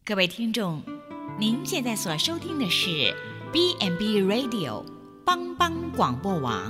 各位听众，您现在所收听的是 B&B Radio 帮帮广播网。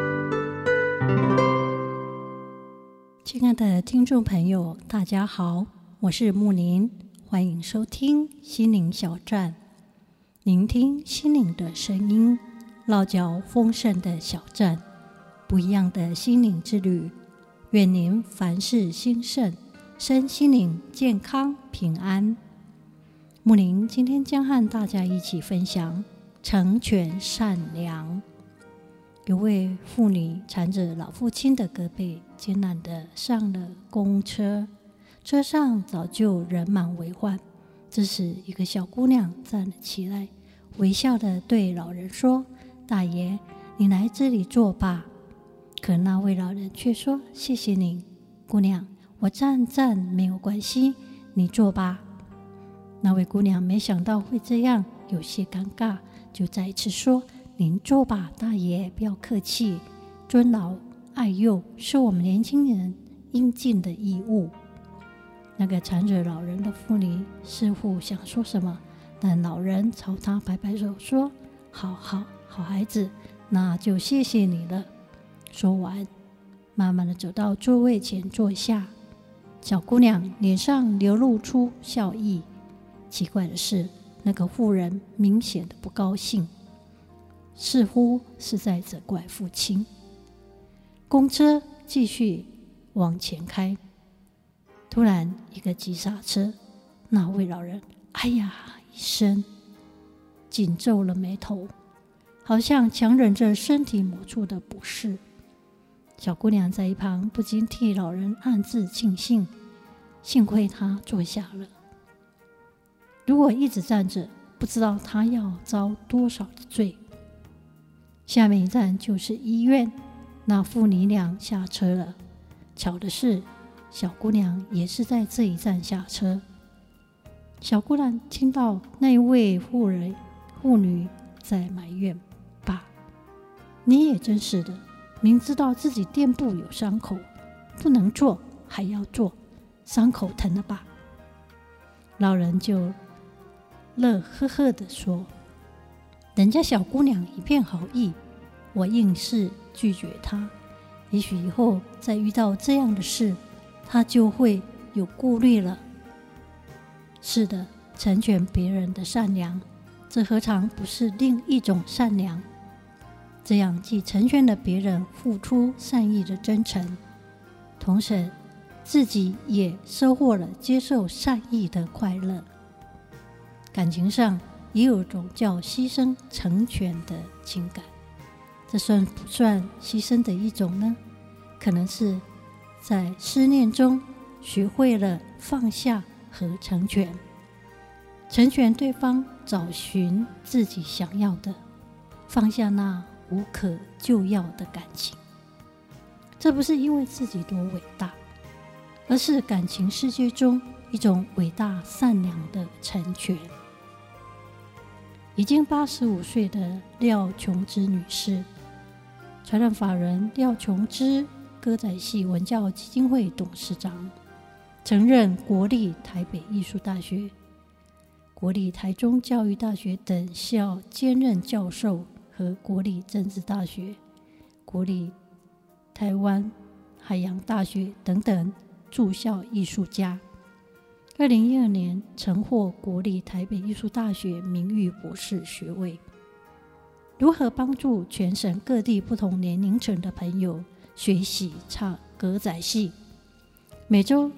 亲爱的听众朋友，大家好，我是木林，欢迎收听心灵小站，聆听心灵的声音，落脚丰盛的小站，不一样的心灵之旅。愿您凡事兴盛，身心灵健康平安。木林今天将和大家一起分享成全善良。有位妇女缠着老父亲的胳膊，艰难地上了公车，车上早就人满为患。这时一个小姑娘站了起来，微笑地对老人说：大爷，你来这里坐吧。可那位老人却说：谢谢你，姑娘，我站没有关系，你坐吧。那位姑娘没想到会这样，有些尴尬，就再一次说：您坐吧，大爷，不要客气，尊老爱幼是我们年轻人应尽的义务。那个缠着老人的妇女似乎想说什么，但老人朝她摆摆手说：好孩子，那就谢谢你了。说完，慢慢地走到座位前坐下。小姑娘脸上流露出笑意。奇怪的是，那个妇人明显的不高兴，似乎是在责怪父亲。公车继续往前开，突然一个急刹车，那位老人哎呀一声，紧皱了眉头，好像强忍着身体某处的不适。小姑娘在一旁不禁替老人暗自庆幸，幸亏他坐下了。如果一直站着，不知道他要遭多少的罪。下面一站就是医院，那父女俩下车了。巧的是，小姑娘也是在这一站下车。小姑娘听到那位妇女在埋怨：爸，你也真是的，明知道自己垫部有伤口，不能坐还要坐，伤口疼了吧？老人就乐呵呵地说：人家小姑娘一片好意，我硬是拒绝她，也许以后再遇到这样的事，她就会有顾虑了。是的，成全别人的善良，这何尝不是另一种善良？这样既成全了别人付出善意的真诚，同时自己也收获了接受善意的快乐。感情上也有种叫牺牲成全的情感，这算不算牺牲的一种呢？可能是在思念中学会了放下和成全，成全对方找寻自己想要的，放下那无可救药的感情。这不是因为自己多伟大，而是感情世界中一种伟大善良的成全。已经85岁的廖琼枝女士，财团法人廖琼枝歌仔戏文教基金会董事长，曾任国立台北艺术大学、国立台中教育大学等校兼任教授，和国立政治大学、国立台湾海洋大学等等驻校艺术家。2012年曾获国立台北艺术大学名誉博士学位。如何帮助全省各地不同年龄层的朋友学习唱歌仔戏？每周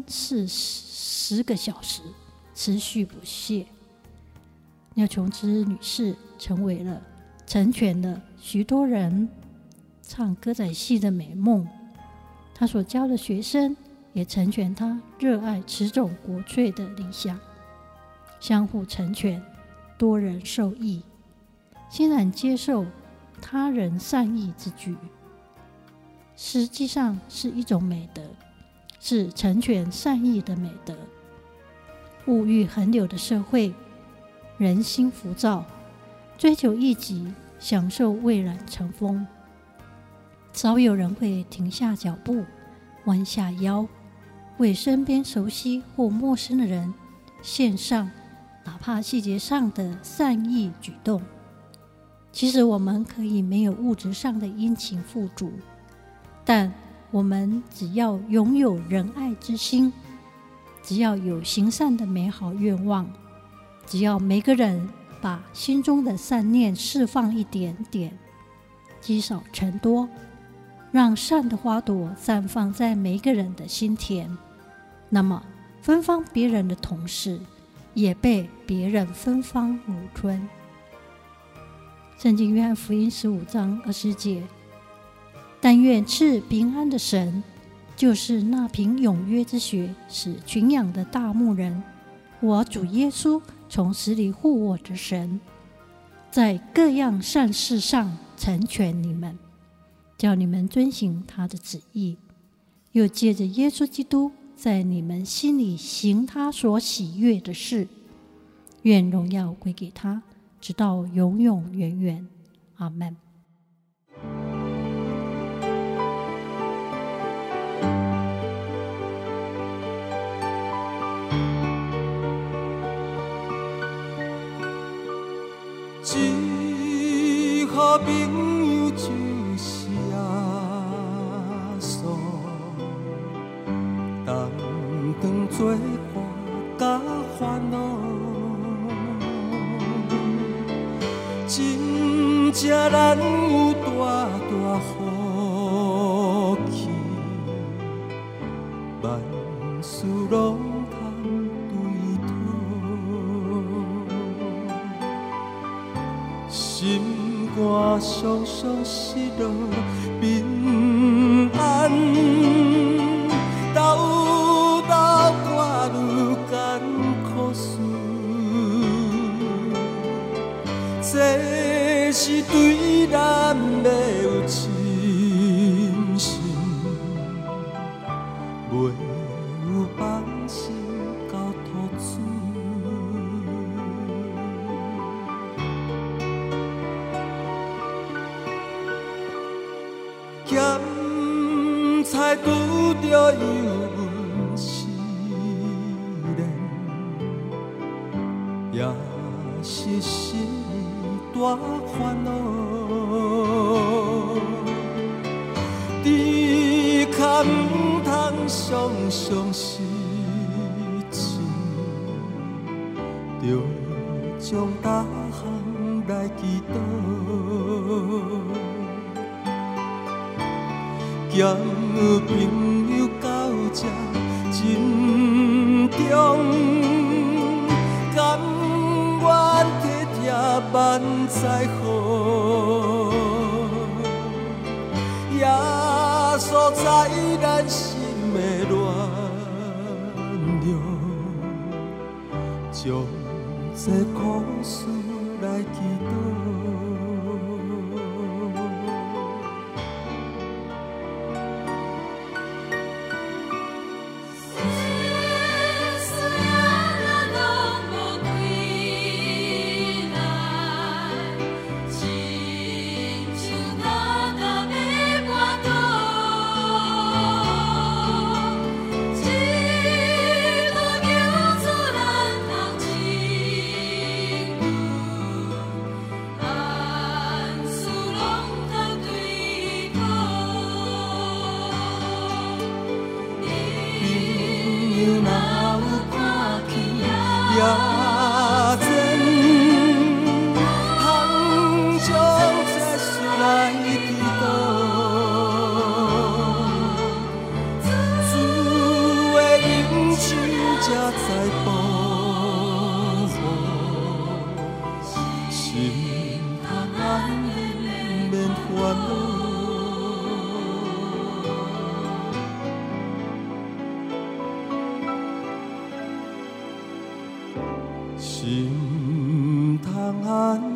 3-4-10个小时，持续不懈。廖琼枝女士成全了许多人唱歌仔戏的美梦。她所教的学生也成全他热爱此种国粹的理想，相互成全，多人受益，欣然接受他人善意之举，实际上是一种美德，是成全善意的美德。物欲横流的社会，人心浮躁，追求一己，享受蔚然成风，少有人会停下脚步，弯下腰，为身边熟悉或陌生的人献上哪怕细节上的善意举动。其实我们可以没有物质上的殷勤付出，但我们只要拥有仁爱之心，只要有行善的美好愿望，只要每个人把心中的善念释放一点点，积少成多，让善的花朵绽放在每个人的心田，那么芬芳别人的同时，也被别人芬芳如春。圣经约翰福音15章20节，但愿赐平安的神，就是那凭永约之血使群羊的大牧人，我主耶稣从死里复活的神，在各样善事上成全你们，叫你们遵行他的旨意，又借着耶稣基督在你们心里行他所喜悦的事，愿荣耀归给他，直到永永远远。阿们。 一好朋友就是耶稣，同当作伴甲烦恼，真正咱有大大福气，万事拢通对讨。心肝常常失落，平安斗斗带愈艰苦事，这是对咱要有信心，袂有放心交托主。咸菜拄着油温试炼，也是心里大烦恼。只可唔通常常失志，着将大项来祈祷。咸朋友到这真重，甘愿体贴万载好，耶稣在咱心的暖流，将这苦事来祈祷。心通安